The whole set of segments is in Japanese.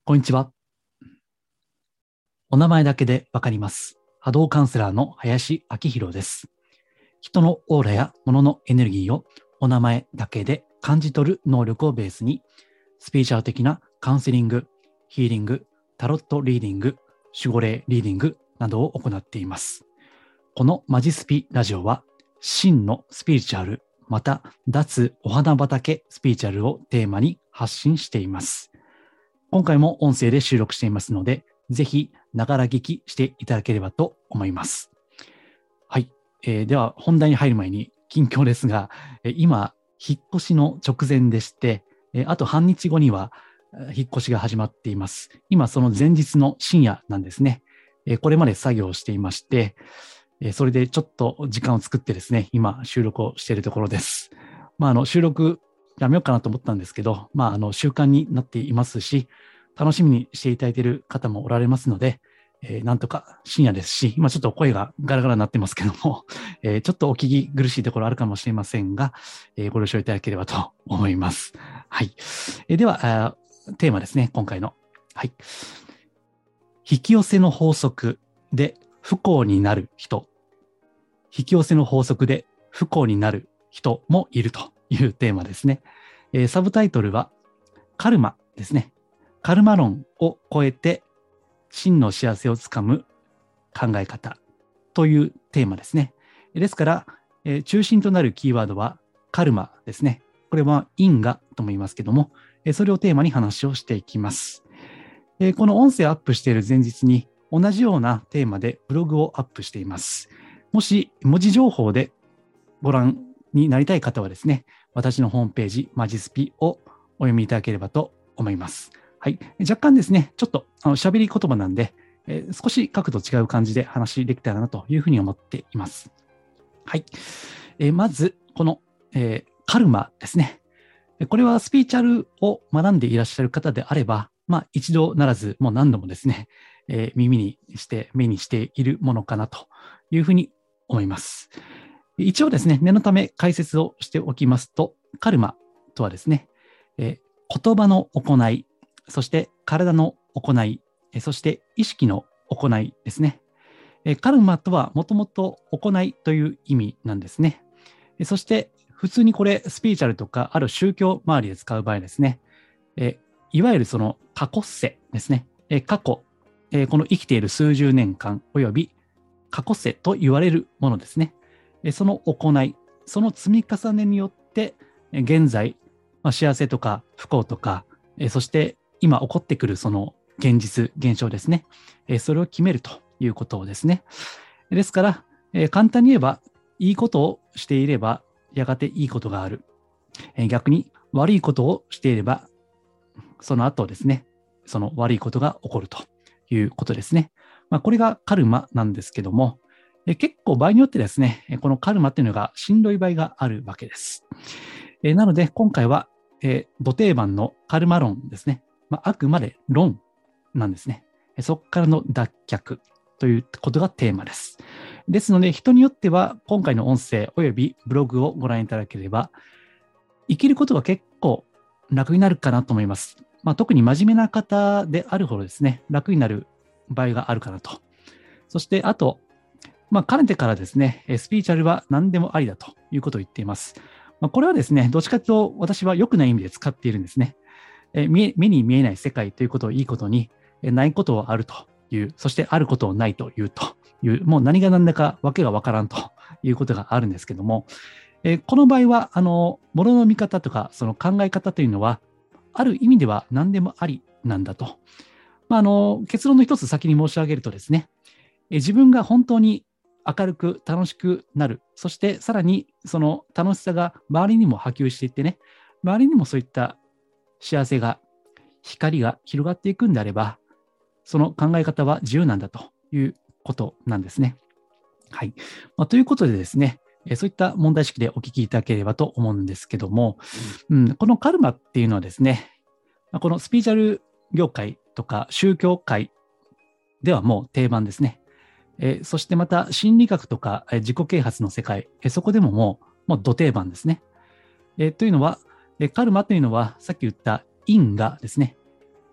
こんにちは。お名前だけでわかります。波動カウンセラーの林明宏です。人のオーラや物のエネルギーをお名前だけで感じ取る能力をベースに、スピーチャル的なカウンセリング、ヒーリング、タロットリーディング、守護霊リーディングなどを行っています。このマジスピラジオは、真のスピリチュアル、また脱お花畑スピリチュアルをテーマに発信しています。今回も音声で収録していますので、ぜひ、ながら聞きしていただければと思います。はい。では、本題に入る前に、近況ですが、今、引っ越しの直前でして、あと半日後には、引っ越しが始まっています。今、その前日の深夜なんですね。これまで作業をしていまして、それでちょっと時間を作ってですね、今、収録をしているところです。収録、やめようかなと思ったんですけど、習慣になっていますし、楽しみにしていただいている方もおられますので、なんとか深夜ですし、今ちょっと声がガラガラになってますけども、ちょっとお聞き苦しいところあるかもしれませんが、ご了承いただければと思います。はい。では、テーマですね、今回の。はい。引き寄せの法則で不幸になる人。引き寄せの法則で不幸になる人もいるというテーマですね。サブタイトルはカルマですね。カルマ論を超えて真の幸せをつかむ考え方というテーマですね。ですから、中心となるキーワードはカルマですね。これは因果とも言いますけども、それをテーマに話をしていきます。この音声をアップしている前日に同じようなテーマでブログをアップしています。もし文字情報でご覧になりたい方はですね、私のホームページ、マジスピをお読みいただければと思います。はい。若干ですね、ちょっと喋り言葉なんで、少し角度違う感じで話できたらなというふうに思っています。はい。まず、この、カルマですね。これはスピーチャルを学んでいらっしゃる方であれば、一度ならず、もう何度もですね、耳にして、目にしているものかなというふうに思います。一応ですね、念のため解説をしておきますと、カルマとはですね、言葉の行い、そして体の行い、そして意識の行いですね。カルマとはもともと行いという意味なんですね。そして普通にこれスピーチャルとかある宗教周りで使う場合ですね、いわゆるその過去世ですね。過去、この生きている数十年間および過去世と言われるものですね。その行い、その積み重ねによって現在、幸せとか不幸とか、そして今起こってくるその現実、現象ですね。それを決めるということですね。ですから、簡単に言えば、いいことをしていれば、やがていいことがある。逆に悪いことをしていれば、その後ですね、その悪いことが起こるということですね。これがカルマなんですけども、結構場合によってですね、このカルマっていうのがしんどい場合があるわけです。なので、今回は、土定番のカルマ論ですね。あくまで論なんですね。そこからの脱却ということがテーマです。ですので、人によっては今回の音声およびブログをご覧いただければ、生きることが結構楽になるかなと思います。特に真面目な方であるほどですね、楽になる場合があるかなと。そして、あと、かねてからですね、スピーチャルは何でもありだということを言っています。これはですね、どっちかというと私は良くない意味で使っているんですね。目に見えない世界ということをいいことに、ないことをあるという、そしてあることをないというという、もう何が何だかわけがわからんということがあるんですけども、この場合は、物の見方とか、その考え方というのは、ある意味では何でもありなんだと。結論の一つ先に申し上げるとですね、自分が本当に明るく楽しくなる。そしてさらにその楽しさが周りにも波及していってね、周りにもそういった幸せが、光が広がっていくんであれば、その考え方は自由なんだということなんですね。はい。ということでですね、そういった問題意識でお聞きいただければと思うんですけども、このカルマっていうのはですね、このスピーチャル業界とか宗教界ではもう定番ですね。そしてまた心理学とか自己啓発の世界、そこでももう土定番ですね。というのは、カルマというのはさっき言った因果ですね。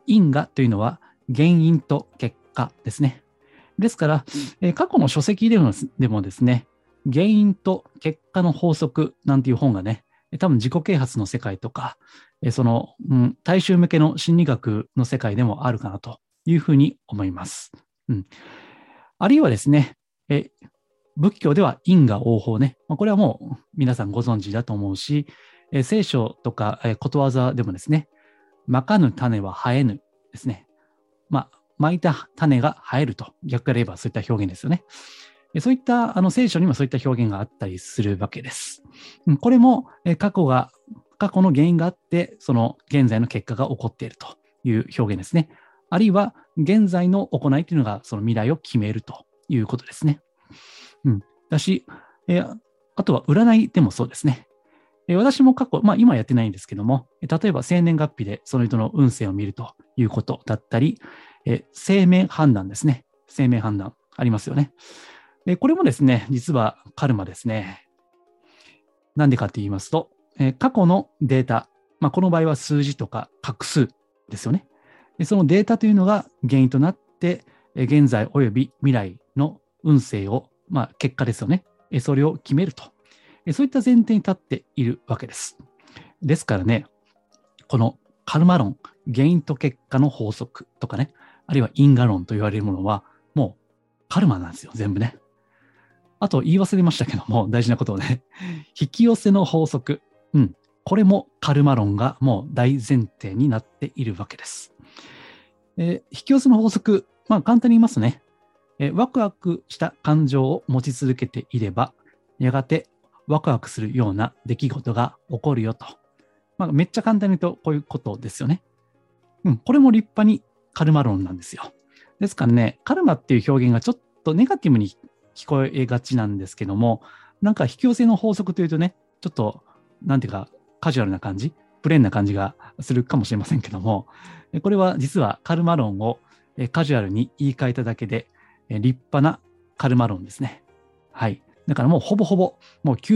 因果というのは原因と結果ですね。ですから、過去の書籍でもですね、原因と結果の法則なんていう本がね、多分自己啓発の世界とか、大衆向けの心理学の世界でもあるかなというふうに思います。あるいはですね、仏教では因果応報ね、これはもう皆さんご存知だと思うし、聖書とか、ことわざでもですね、まかぬ種は生えぬですね。まいた種が生えると、逆から言えばそういった表現ですよね。そういった聖書にもそういった表現があったりするわけです。これも過去の原因があって、その現在の結果が起こっているという表現ですね。あるいは現在の行いというのがその未来を決めるということですね。だし、あとは占いでもそうですね。私も過去、今やってないんですけども、例えば生年月日でその人の運勢を見るということだったり、生命判断ですね。生命判断ありますよね。これもですね、実はカルマですね。なんでかって言いますと、過去のデータ、この場合は数字とか画数ですよね。そのデータというのが原因となって、現在及び未来の運勢を、結果ですよね。それを決めると。そういった前提に立っているわけです。ですからね、このカルマ論、原因と結果の法則とかね、あるいは因果論と言われるものは、もうカルマなんですよ、全部ね。あと言い忘れましたけども、大事なことをね、引き寄せの法則。これもカルマ論がもう大前提になっているわけです。引き寄せの法則、簡単に言いますとね、ワクワクした感情を持ち続けていれば、やがてワクワクするような出来事が起こるよと。めっちゃ簡単に言うとこういうことですよね。これも立派にカルマ論なんですよ。ですからね、カルマっていう表現がちょっとネガティブに聞こえがちなんですけども、なんか引き寄せの法則というとね、ちょっと、なんていうか、カジュアルな感じ、プレーンな感じがするかもしれませんけども、これは実はカルマ論をカジュアルに言い換えただけで、立派なカルマ論ですね。はい。だからもうほぼほぼ、もう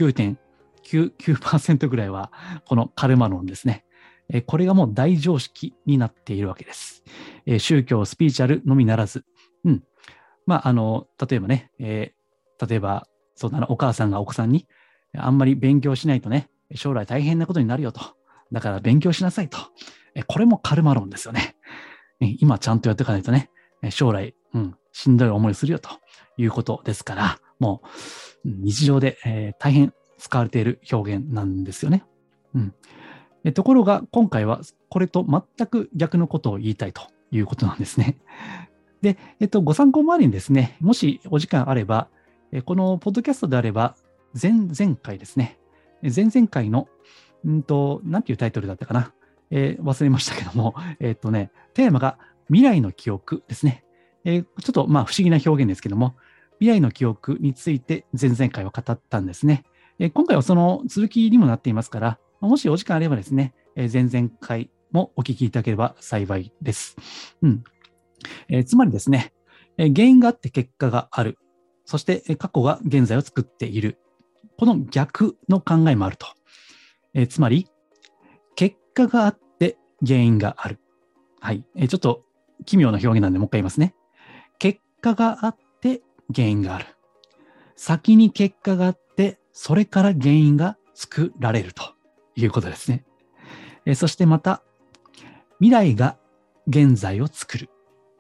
99.99% ぐらいは、このカルマ論ですね。これがもう大常識になっているわけです。宗教、スピーチャルのみならず、例えばね、そうだな、お母さんがお子さんに、あんまり勉強しないとね、将来大変なことになるよと。だから勉強しなさいと。これもカルマ論ですよね。今ちゃんとやっていかないとね、将来、しんどい思いをするよということですから、もう日常で、大変使われている表現なんですよね。ところが今回はこれと全く逆のことを言いたいということなんですね。で、ご参考周りにですね、もしお時間あれば、このポッドキャストであれば、前々回ですね、前々回の、なんていうタイトルだったかな、忘れましたけども、テーマが未来の記憶ですね。ちょっと不思議な表現ですけども、未来の記憶について前々回は語ったんですね。今回はその続きにもなっていますから、もしお時間あればですね、前々回もお聞きいただければ幸いです。つまりですね、原因があって結果がある。そして過去が現在を作っている。この逆の考えもあると。つまり、結果があって原因がある。はい。ちょっと奇妙な表現なんでもう一回言いますね。結果があって原因がある。先に結果があって、それから原因が作られるということですね。そしてまた、未来が現在を作る。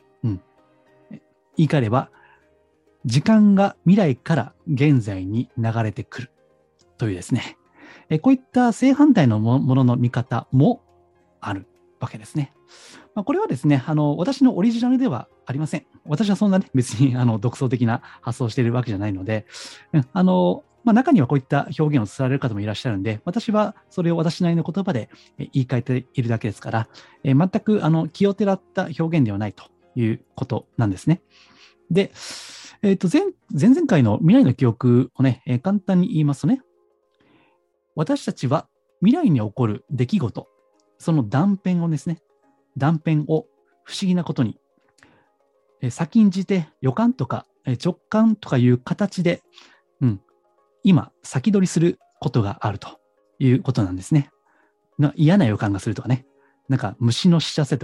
言い換えれば、時間が未来から現在に流れてくるというですね、こういった正反対のものの見方もあるわけですね。これはですね、私のオリジナルではありません。私はそんなね、別に独創的な発想をしているわけじゃないので、中にはこういった表現をされる方もいらっしゃるんで、私はそれを私なりの言葉で言い換えているだけですから、全く気をてらった表現ではないということなんですね。で、前々回の未来の記憶をね、簡単に言いますとね、私たちは未来に起こる出来事、その断片をですね、断片を不思議なことに、先んじて予感とか直感とかいう形で、今先取りすることがあるということなんですね。嫌な予感がするとかね、なんか虫の知らせとかね、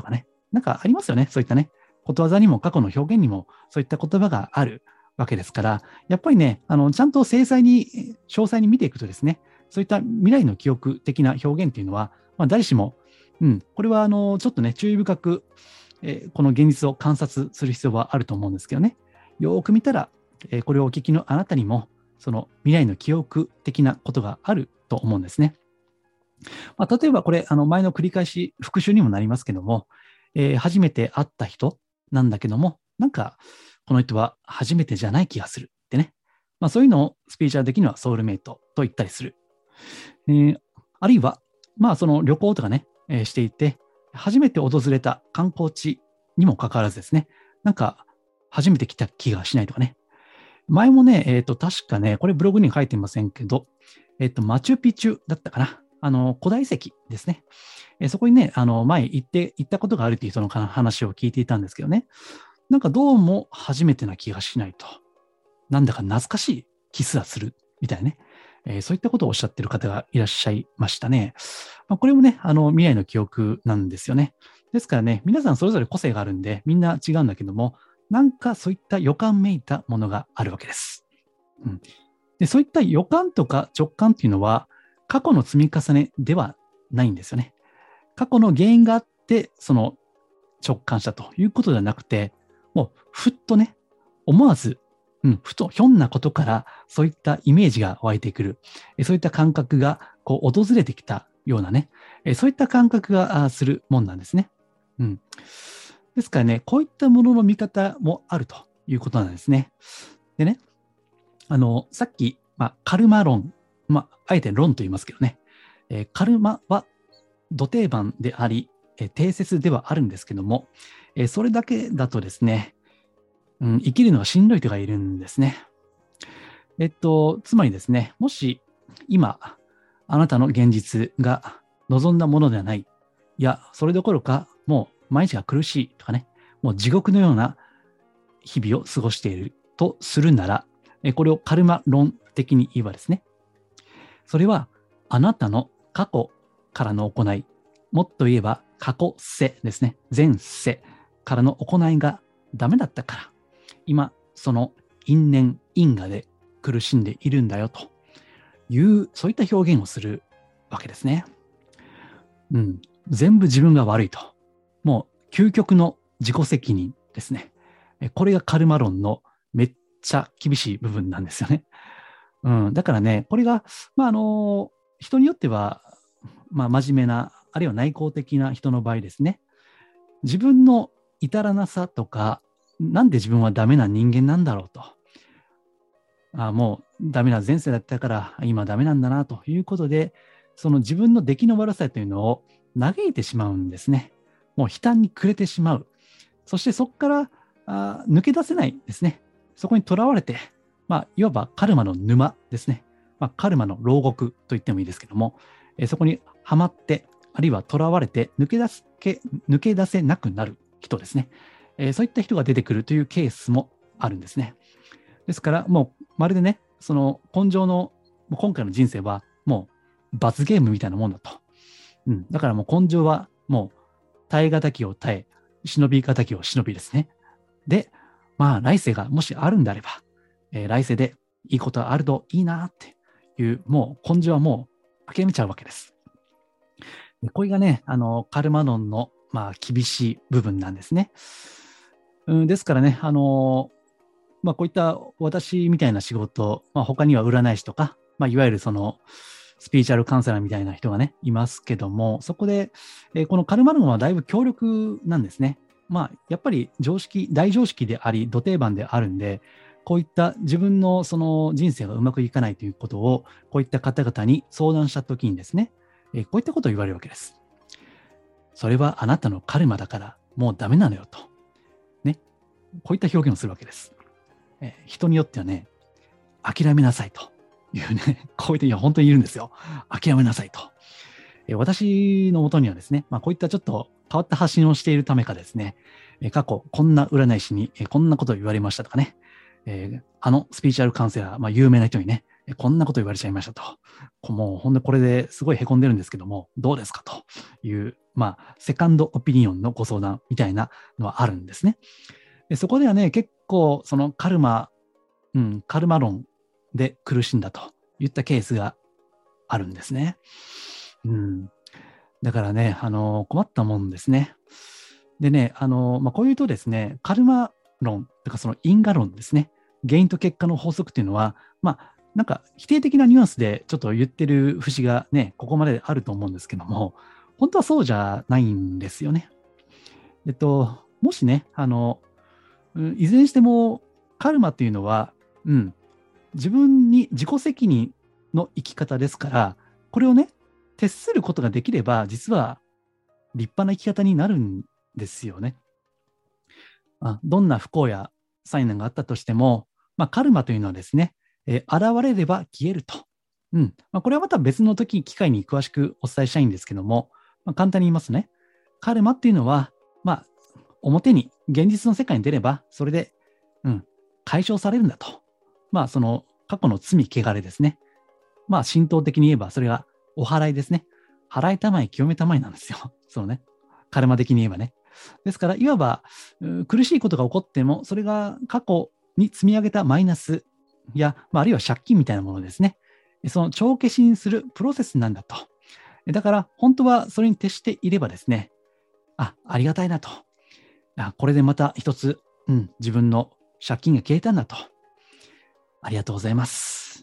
なんかありますよね。そういったね、ことわざにも過去の表現にもそういった言葉があるわけですから、やっぱりね、ちゃんと詳細に見ていくとですね、そういった未来の記憶的な表現というのは、誰しも、これはちょっとね、注意深く、この現実を観察する必要はあると思うんですけどね。よーく見たら、これをお聞きのあなたにも、その未来の記憶的なことがあると思うんですね。例えばこれ、前の繰り返し、復習にもなりますけども、初めて会った人なんだけども、なんか、この人は初めてじゃない気がするってね。そういうのをスピリチュアル的にはソウルメイトと言ったりする。あるいは、その旅行とかね、していて、初めて訪れた観光地にもかかわらずですね、なんか、初めて来た気がしないとかね。前もね、確かね、これブログに書いてませんけど、マチュピチュだったかな。古代遺跡ですね。そこにね、前行ったことがあるという人の話を聞いていたんですけどね。なんかどうも初めてな気がしないと。なんだか懐かしい気すらするみたいなね。そういったことをおっしゃっている方がいらっしゃいましたね。これもね、未来の記憶なんですよね。ですからね、皆さんそれぞれ個性があるんで、みんな違うんだけども、なんかそういった予感めいたものがあるわけです。で、そういった予感とか直感っていうのは、過去の積み重ねではないんですよね。過去の原因があって、その直感したということではなくて、もうふっとね、思わず、ふとひょんなことからそういったイメージが湧いてくる。そういった感覚がこう訪れてきたようなね、そういった感覚がするもんなんですね。ですからね、こういったものの見方もあるということなんですね。でね、さっき、カルマ論、あえて論と言いますけどね、カルマは土定番であり、定説ではあるんですけども、それだけだとですね、生きるのはしんどい人がいるんですね。つまりですね、もし今、あなたの現実が望んだものではない、いや、それどころか、もう毎日が苦しいとかね、もう地獄のような日々を過ごしているとするなら、これをカルマ論的に言えばですね、それはあなたの過去からの行い、もっと言えば過去世ですね、前世からの行いがダメだったから、今その因縁因果で苦しんでいるんだよという、そういった表現をするわけですね。全部自分が悪いと。もう究極の自己責任ですね。これがカルマ論のめっちゃ厳しい部分なんですよね。だからね、これが、人によっては、真面目な、あるいは内向的な人の場合ですね、自分の至らなさとか、なんで自分はダメな人間なんだろうと。もうダメな前世だったから今ダメなんだなということで、その自分の出来の悪さというのを嘆いてしまうんですね。もう悲嘆に暮れてしまう。そしてそこから抜け出せないですね。そこにとらわれて、いわばカルマの沼ですね。カルマの牢獄と言ってもいいですけども、そこにはまって、あるいはとらわれて抜け出せなくなる人ですね。そういった人が出てくるというケースもあるんですね。ですから、もうまるでね、その今回の人生はもう罰ゲームみたいなもんだと。だからもう根性はもう耐え難きを耐え、忍び難きを忍びですね。で、来世がもしあるんであれば、来世でいいことがあるといいなっていう、もう根性はもう諦めちゃうわけです。でこれがね、カルマ論の、厳しい部分なんですね。ですからね、こういった私みたいな仕事、他には占い師とか、いわゆるそのスピリチュアルカウンセラーみたいな人がね、いますけども、そこで、このカルマ論はだいぶ強力なんですね。やっぱり大常識であり、土定番であるんで、こういった自分のその人生がうまくいかないということを、こういった方々に相談したときにですね、こういったことを言われるわけです。それはあなたのカルマだから、もうダメなのよと。ね。こういった表現をするわけです。人によってはね、諦めなさいというね、こういった、本当にいるんですよ。諦めなさいと。私のもとにはですね、こういったちょっと変わった発信をしているためかですね、過去こんな占い師にこんなことを言われましたとかね、スピリチュアルカウンセラー、有名な人にね、こんなこと言われちゃいましたと。もうほんでこれですごい凹んでるんですけども、どうですかというセカンドオピニオンのご相談みたいなのはあるんですね。でそこではね、結構そのカルマ論で苦しんだといったケースがあるんですね。だからね、困ったもんですね。でね、こういうとですね、カルマ論とかその因果論ですね、原因と結果の法則っていうのは、なんか否定的なニュアンスでちょっと言ってる節がね、ここまであると思うんですけども、本当はそうじゃないんですよね。もしね、いずれにしてもカルマっていうのは、自分に自己責任の生き方ですから、これをね、徹することができれば、実は立派な生き方になるんですよね。どんな不幸や災難があったとしても、カルマというのはですね、現れれば消えると。これはまた別の時、機会に詳しくお伝えしたいんですけども、簡単に言いますね。カルマっていうのは、表に、現実の世界に出れば、それで、解消されるんだと。その過去の罪、汚れですね。神道的に言えば、それがお祓いですね。払いたまえ、清めたまえなんですよ。そうね。カルマ的に言えばね。ですから、いわば、苦しいことが起こっても、それが過去に積み上げたマイナスや、あるいは借金みたいなものですね。その帳消しにするプロセスなんだと。だから、本当はそれに徹していればですね、ありがたいなと。これでまた一つ、自分の借金が消えたんだと。ありがとうございます。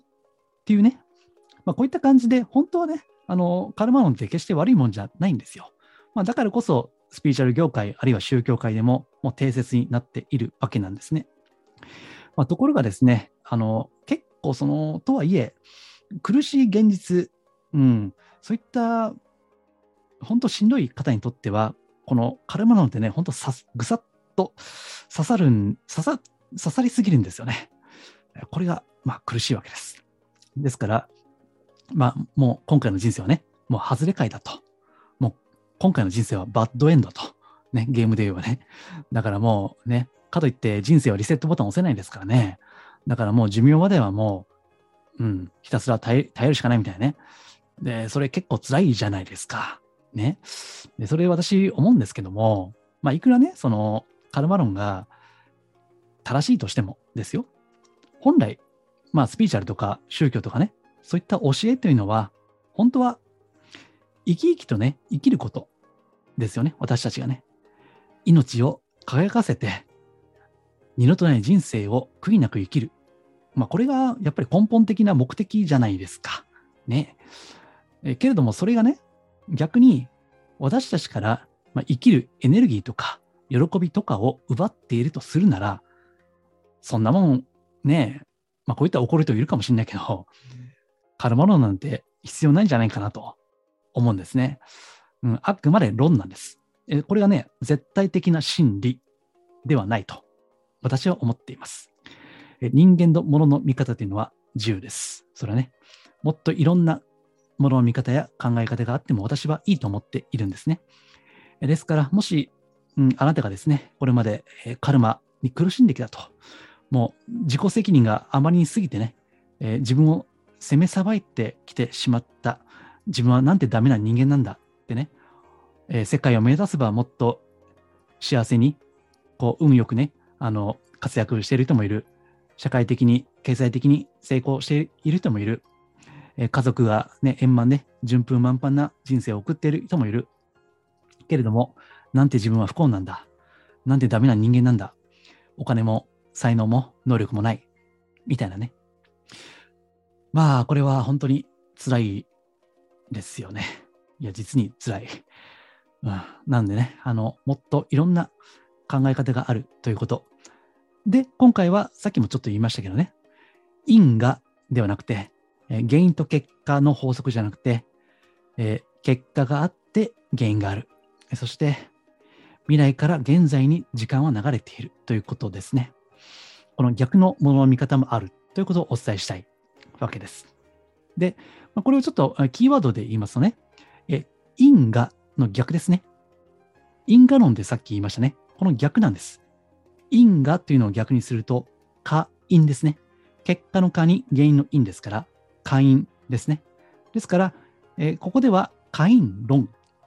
っていうね。こういった感じで、本当はね、カルマ論って決して悪いもんじゃないんですよ。だからこそ、スピリチュアル業界、あるいは宗教界でも、もう定説になっているわけなんですね。ところがですね、結構とはいえ、苦しい現実、そういった、本当しんどい方にとっては、このカルマ論ってね、本当ぐさっと刺さりすぎるんですよね。これが、苦しいわけです。ですから、もう今回の人生はね、もう外れ回だと。もう今回の人生はバッドエンドと。ね、ゲームで言えばね。だからもうね、かといって人生はリセットボタン押せないですからね。だからもう寿命まではもう、ひたすら耐えるしかないみたいなね。で、それ結構辛いじゃないですか。ね。で、それ私思うんですけども、いくらね、そのカルマ論が正しいとしてもですよ。本来、スピリチュアルとか宗教とかね、そういった教えというのは、本当は生き生きとね、生きることですよね。私たちがね。命を輝かせて、二度とない人生を悔いなく生きる。これがやっぱり根本的な目的じゃないですか。ね。けれどもそれがね、逆に私たちから、生きるエネルギーとか喜びとかを奪っているとするなら、そんなもんね、こういった怒る人いるかもしれないけど、カルマ論なんて必要ないんじゃないかなと思うんですね。あくまで論なんです。これがね、絶対的な真理ではないと私は思っています。人間のものの見方というのは自由です。それはね、もっといろんなものの見方や考え方があっても私はいいと思っているんですね。ですから、もし、あなたがですね、これまでカルマに苦しんできたと、もう自己責任があまりに過ぎてね、自分を責めさばいてきてしまった、自分はなんてダメな人間なんだってね、世界を目指せばもっと幸せに、運よくね、活躍している人もいる。社会的に、経済的に成功している人もいる。家族がね、円満ね、順風満帆な人生を送っている人もいる。けれども、なんて自分は不幸なんだ。なんてダメな人間なんだ。お金も才能も能力もない。みたいなね。これは本当に辛いですよね。いや、実に辛い。なんでね、もっといろんな考え方があるということ。で、今回はさっきもちょっと言いましたけどね、因果ではなくて、原因と結果の法則じゃなくて、結果があって原因がある。そして未来から現在に時間は流れているということですね。この逆のものの見方もあるということをお伝えしたいわけです。で、これをちょっとキーワードで言いますとね、因果の逆ですね。因果論ってさっき言いましたね。この逆なんです。因果というのを逆にすると、果因ですね。結果の果に原因の因ですから、果因ですね。ですから、ここでは果因論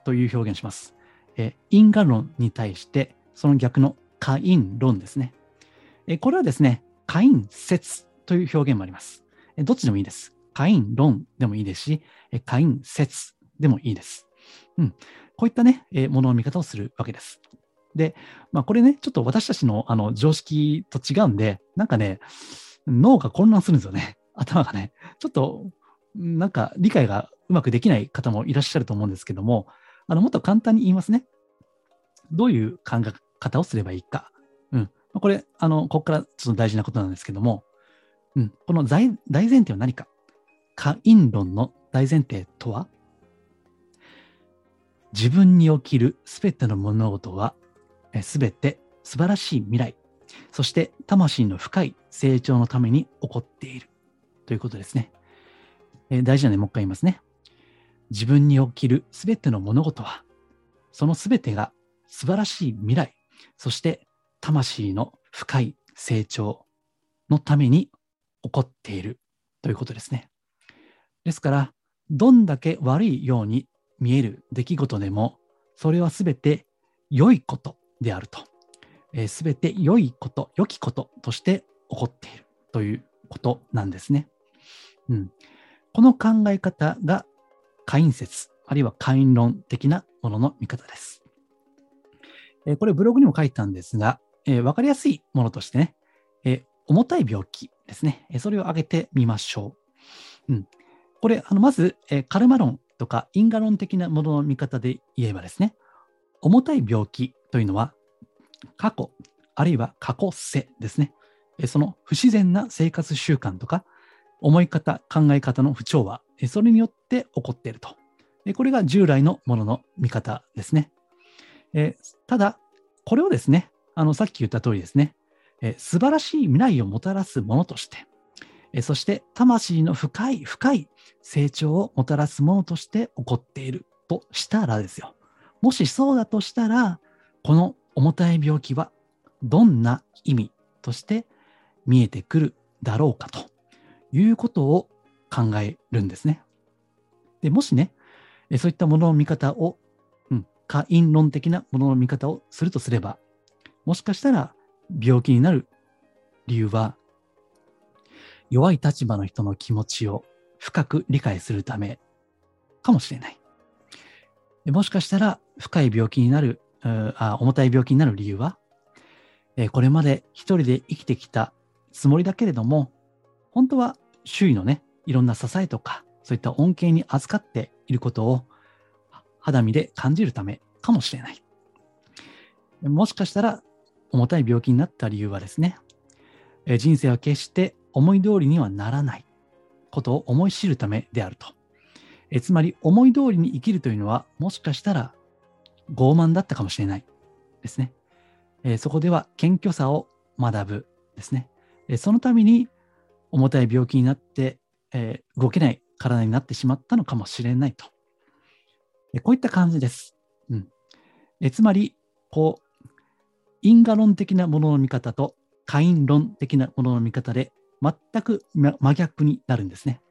という表現をします。因果論に対してその逆の可因論ですね。これはですね、可因説という表現もあります。どっちでもいいです。可因論でもいいですし、可因説でもいいです。こういったね、ものの見方をするわけです。で、これね、ちょっと私たちの常識と違うんで、なんかね、脳が混乱するんですよね。頭がね。ちょっと、なんか理解がうまくできない方もいらっしゃると思うんですけども、もっと簡単に言いますね。どういう考え方をすればいいか。これ、ここからちょっと大事なことなんですけども、この大前提は何か。可因論の大前提とは、自分に起きるすべての物事は、すべて素晴らしい未来、そして魂の深い成長のために起こっているということですね。大事なのでもう一回言いますね。自分に起きるすべての物事は、そのすべてが素晴らしい未来、そして魂の深い成長のために起こっているということですね。ですから、どんだけ悪いように見える出来事でも、それはすべて良いことであると。すべて良いこと、良きこととして起こっているということなんですね。この考え方が可因説、あるいは可因論的なものの見方です。これブログにも書いたんですが、わかりやすいものとしてね、重たい病気ですね。それを挙げてみましょう。これ、まず、カルマ論とか因果論的なものの見方で言えばですね、重たい病気というのは、過去、あるいは過去世ですね。その不自然な生活習慣とか、思い方、考え方の不調和、それによって起こっていると。これが従来のものの見方ですね。ただ、これをですね、さっき言った通りですね、素晴らしい未来をもたらすものとして、そして魂の深い深い成長をもたらすものとして起こっているとしたらですよ。もしそうだとしたら、この重たい病気はどんな意味として見えてくるだろうかということを考えるんですね。で、もしね、そういったものの見方を、可因論的なものの見方をするとすれば、もしかしたら病気になる理由は、弱い立場の人の気持ちを深く理解するためかもしれない。もしかしたら深い病気になる、重たい病気になる理由は、これまで一人で生きてきたつもりだけれども、本当は周囲のね、いろんな支えとか、そういった恩恵に預かっていることを肌身で感じるためかもしれない。もしかしたら重たい病気になった理由はですね、人生は決して思い通りにはならないことを思い知るためであると。つまり思い通りに生きるというのはもしかしたら傲慢だったかもしれないですね。そこでは謙虚さを学ぶですね。そのために重たい病気になって、動けない体になってしまったのかもしれないと。こういった感じです。つまり、因果論的なものの見方と可因論的なものの見方で全く真逆になるんですね。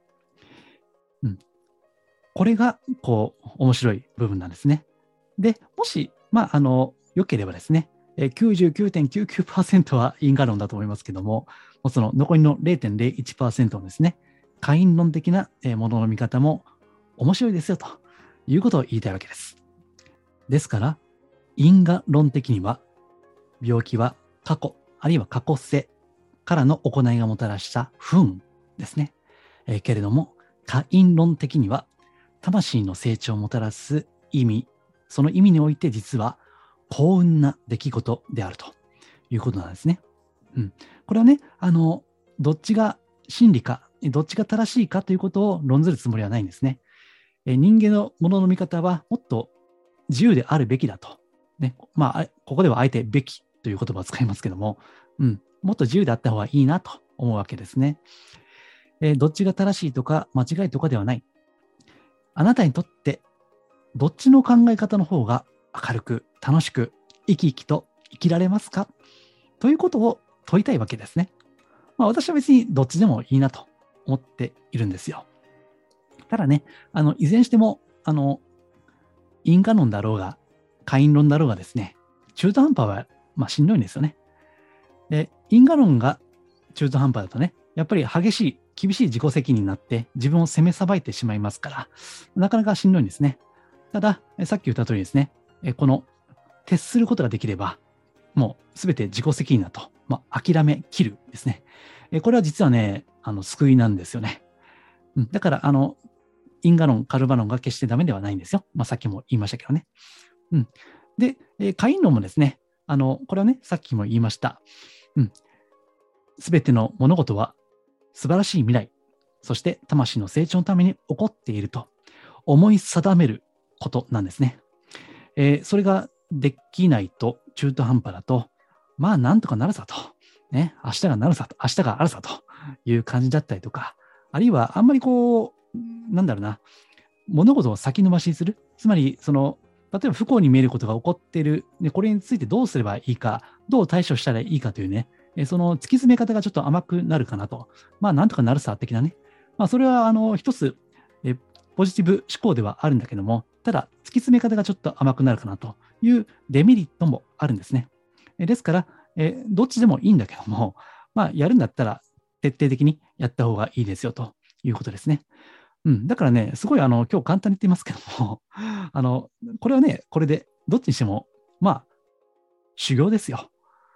これが、面白い部分なんですね。で、もし、良ければですね、99.99% は因果論だと思いますけども、その残りの 0.01% のですね、可因論的なものの見方も面白いですよということを言いたいわけです。ですから、因果論的には、病気は過去、あるいは過去世からの行いがもたらした不運ですね。けれども、可因論的には、魂の成長をもたらす意味、その意味において実は幸運な出来事であるということなんですね。これはね、どっちが真理か、どっちが正しいかということを論ずるつもりはないんですね。人間のものの見方はもっと自由であるべきだと。ね、ここではあえてべきという言葉を使いますけども、もっと自由であった方がいいなと思うわけですね。どっちが正しいとか間違いとかではない。あなたにとってどっちの考え方の方が明るく楽しく生き生きと生きられますかということを問いたいわけですね。私は別にどっちでもいいなと思っているんですよ。ただね、いずれにしても、 因果論だろうが、可因論だろうがですね、中途半端は、しんどいんですよね。で、因果論が中途半端だとね、やっぱり厳しい自己責任になって自分を責めさばいてしまいますから、なかなかしんどいんですね。ただ、さっき言った通りですね、この徹することができれば、もうすべて自己責任だと、諦め切るですね。これは実はね、救いなんですよね。だから、因果論、カルマ論が決してダメではないんですよ。さっきも言いましたけどね。で、可因論もですね、これはね、さっきも言いました。すべての物事は素晴らしい未来、そして魂の成長のために起こっていると思い定めることなんですね。それができないと中途半端だと、なんとかなるさと、ね、明日があるさという感じだったりとか、あるいはあんまり物事を先延ばしにする。つまり、例えば不幸に見えることが起こっている、これについてどうすればいいか、どう対処したらいいかというね、その突き詰め方がちょっと甘くなるかなと。なんとかなるさ的なね。それは、一つ、ポジティブ思考ではあるんだけども、ただ、突き詰め方がちょっと甘くなるかなというデメリットもあるんですね。ですから、どっちでもいいんだけども、やるんだったら徹底的にやった方がいいですよということですね。だからね、すごい今日簡単に言ってますけども、これはね、これで、どっちにしても、修行ですよ。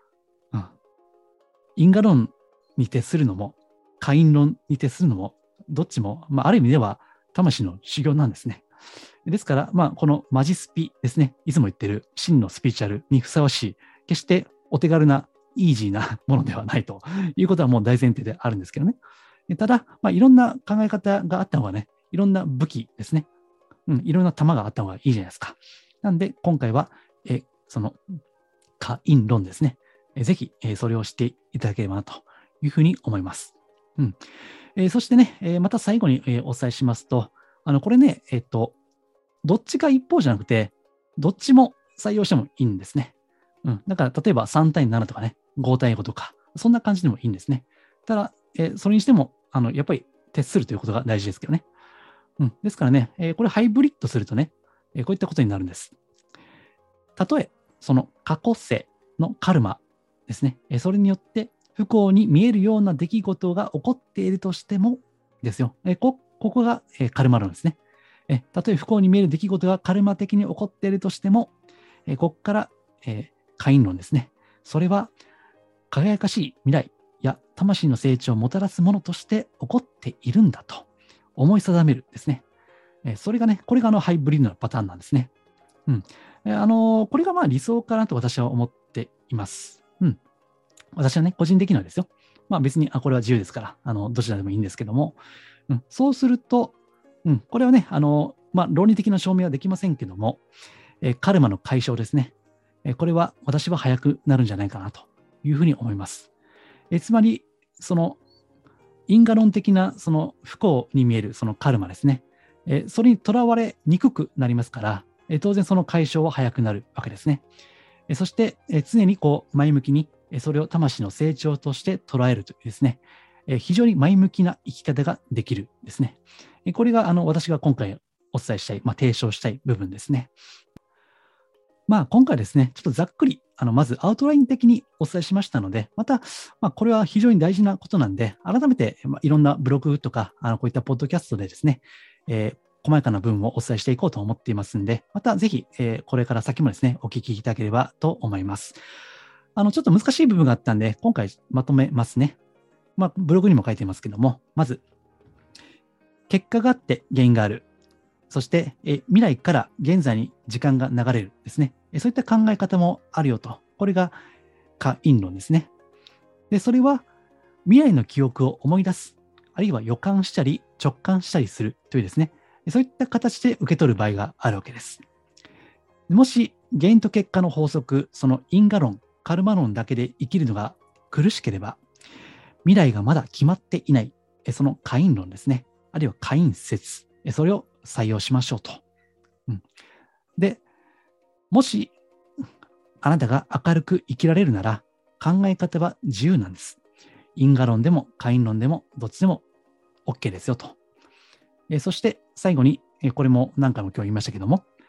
因果論に徹するのも、可因論に徹するのも、どっちも、ある意味では魂の修行なんですね。ですから、このマジスピですね、いつも言ってる真のスピリチュアルにふさわしい、決してお手軽な、イージーなものではないということはもう大前提であるんですけどね。ただ、いろんな考え方があった方がね、いろんな武器ですね。いろんな弾があった方がいいじゃないですか。なんで、今回は、その、可因論ですね。ぜひ、それをしていただければなというふうに思います。そしてね、また最後に、お伝えしますと、これね、どっちか一方じゃなくて、どっちも採用してもいいんですね。だから、例えば3対7とかね、5対5とか、そんな感じでもいいんですね。ただ、それにしても、やっぱり徹するということが大事ですけどね。ですからね、これハイブリッドするとね、こういったことになるんです。たとえ、その過去世のカルマですね、それによって不幸に見えるような出来事が起こっているとしてもですよ、ここが、カルマ論ですね。たとえ不幸に見える出来事がカルマ的に起こっているとしても、ここから、可因論ですね。それは輝かしい未来や魂の成長をもたらすものとして起こっているんだと思い定めるですね。それがね、これがハイブリッドなパターンなんですね。これが理想かなと私は思っています。私はね、個人的にはですよ。別に、これは自由ですから、どちらでもいいんですけども、そうすると、これはね、論理的な証明はできませんけども、カルマの解消ですね。これは私は早くなるんじゃないかなというふうに思います。つまり、その因果論的なその不幸に見えるそのカルマですね。それにとらわれにくくなりますから、当然その解消は早くなるわけですね。そして、常にこう前向きにそれを魂の成長として捉えるというですね、非常に前向きな生き方ができるですね。これが私が今回お伝えしたい、提唱したい部分ですね。今回ですね、ちょっとざっくり、まずアウトライン的にお伝えしましたので、また、これは非常に大事なことなんで、改めて、いろんなブログとか、こういったポッドキャストでですね、細やかな部分をお伝えしていこうと思っていますんで、またぜひ、これから先もですね、お聞きいただければと思います。ちょっと難しい部分があったんで、今回まとめますね。ブログにも書いていますけども、まず、結果があって原因がある。そして、未来から現在に時間が流れるですね。そういった考え方もあるよと。これが可因論ですね。で、それは未来の記憶を思い出す。あるいは予感したり直感したりするというですね。そういった形で受け取る場合があるわけです。もし原因と結果の法則、その因果論、カルマ論だけで生きるのが苦しければ、未来がまだ決まっていない、その可因論ですね。あるいは可因説、それを採用しましょうと。で、もしあなたが明るく生きられるなら考え方は自由なんです。因果論でも可因論でもどっちでも OK ですよと。そして最後に、これも何回も今日言いましたけども、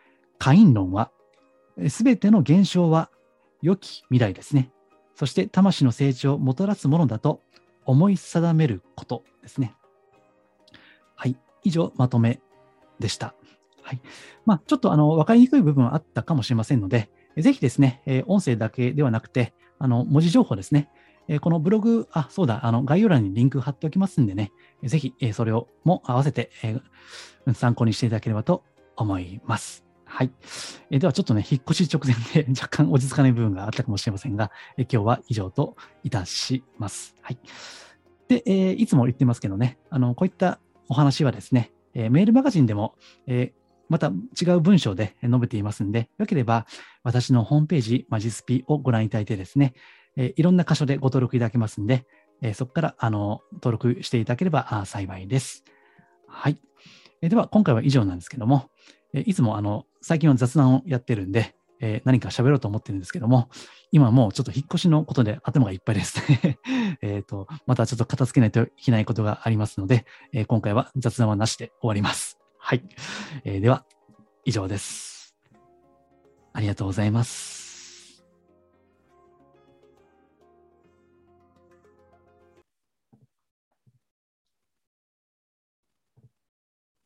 カイン論は、すべての現象は良き未来ですね。そして魂の成長をもたらすものだと思い定めることですね。はい。以上、まとめでした。はい。ちょっと分かりにくい部分はあったかもしれませんので、ぜひですね、音声だけではなくて、文字情報ですね。このブログ、そうだ、概要欄にリンク貼っておきますんでね、ぜひ、それをも合わせて、参考にしていただければと思います。はい。ではちょっとね、引っ越し直前で若干落ち着かない部分があったかもしれませんが、今日は以上といたします。はい。で、いつも言ってますけどね、こういったお話はですね、メールマガジンでも、また違う文章で述べていますんで、よければ私のホームページ、マジスピをご覧いただいてですね、いろんな箇所でご登録いただけますんで、そこから登録していただければ幸いです。はい。では、今回は以上なんですけども、いつも最近は雑談をやってるんで、何か喋ろうと思ってるんですけども、今もうちょっと引っ越しのことで頭がいっぱいですね。またちょっと片付けないといけないことがありますので、今回は雑談はなしで終わります。はい。では、以上です。ありがとうございます。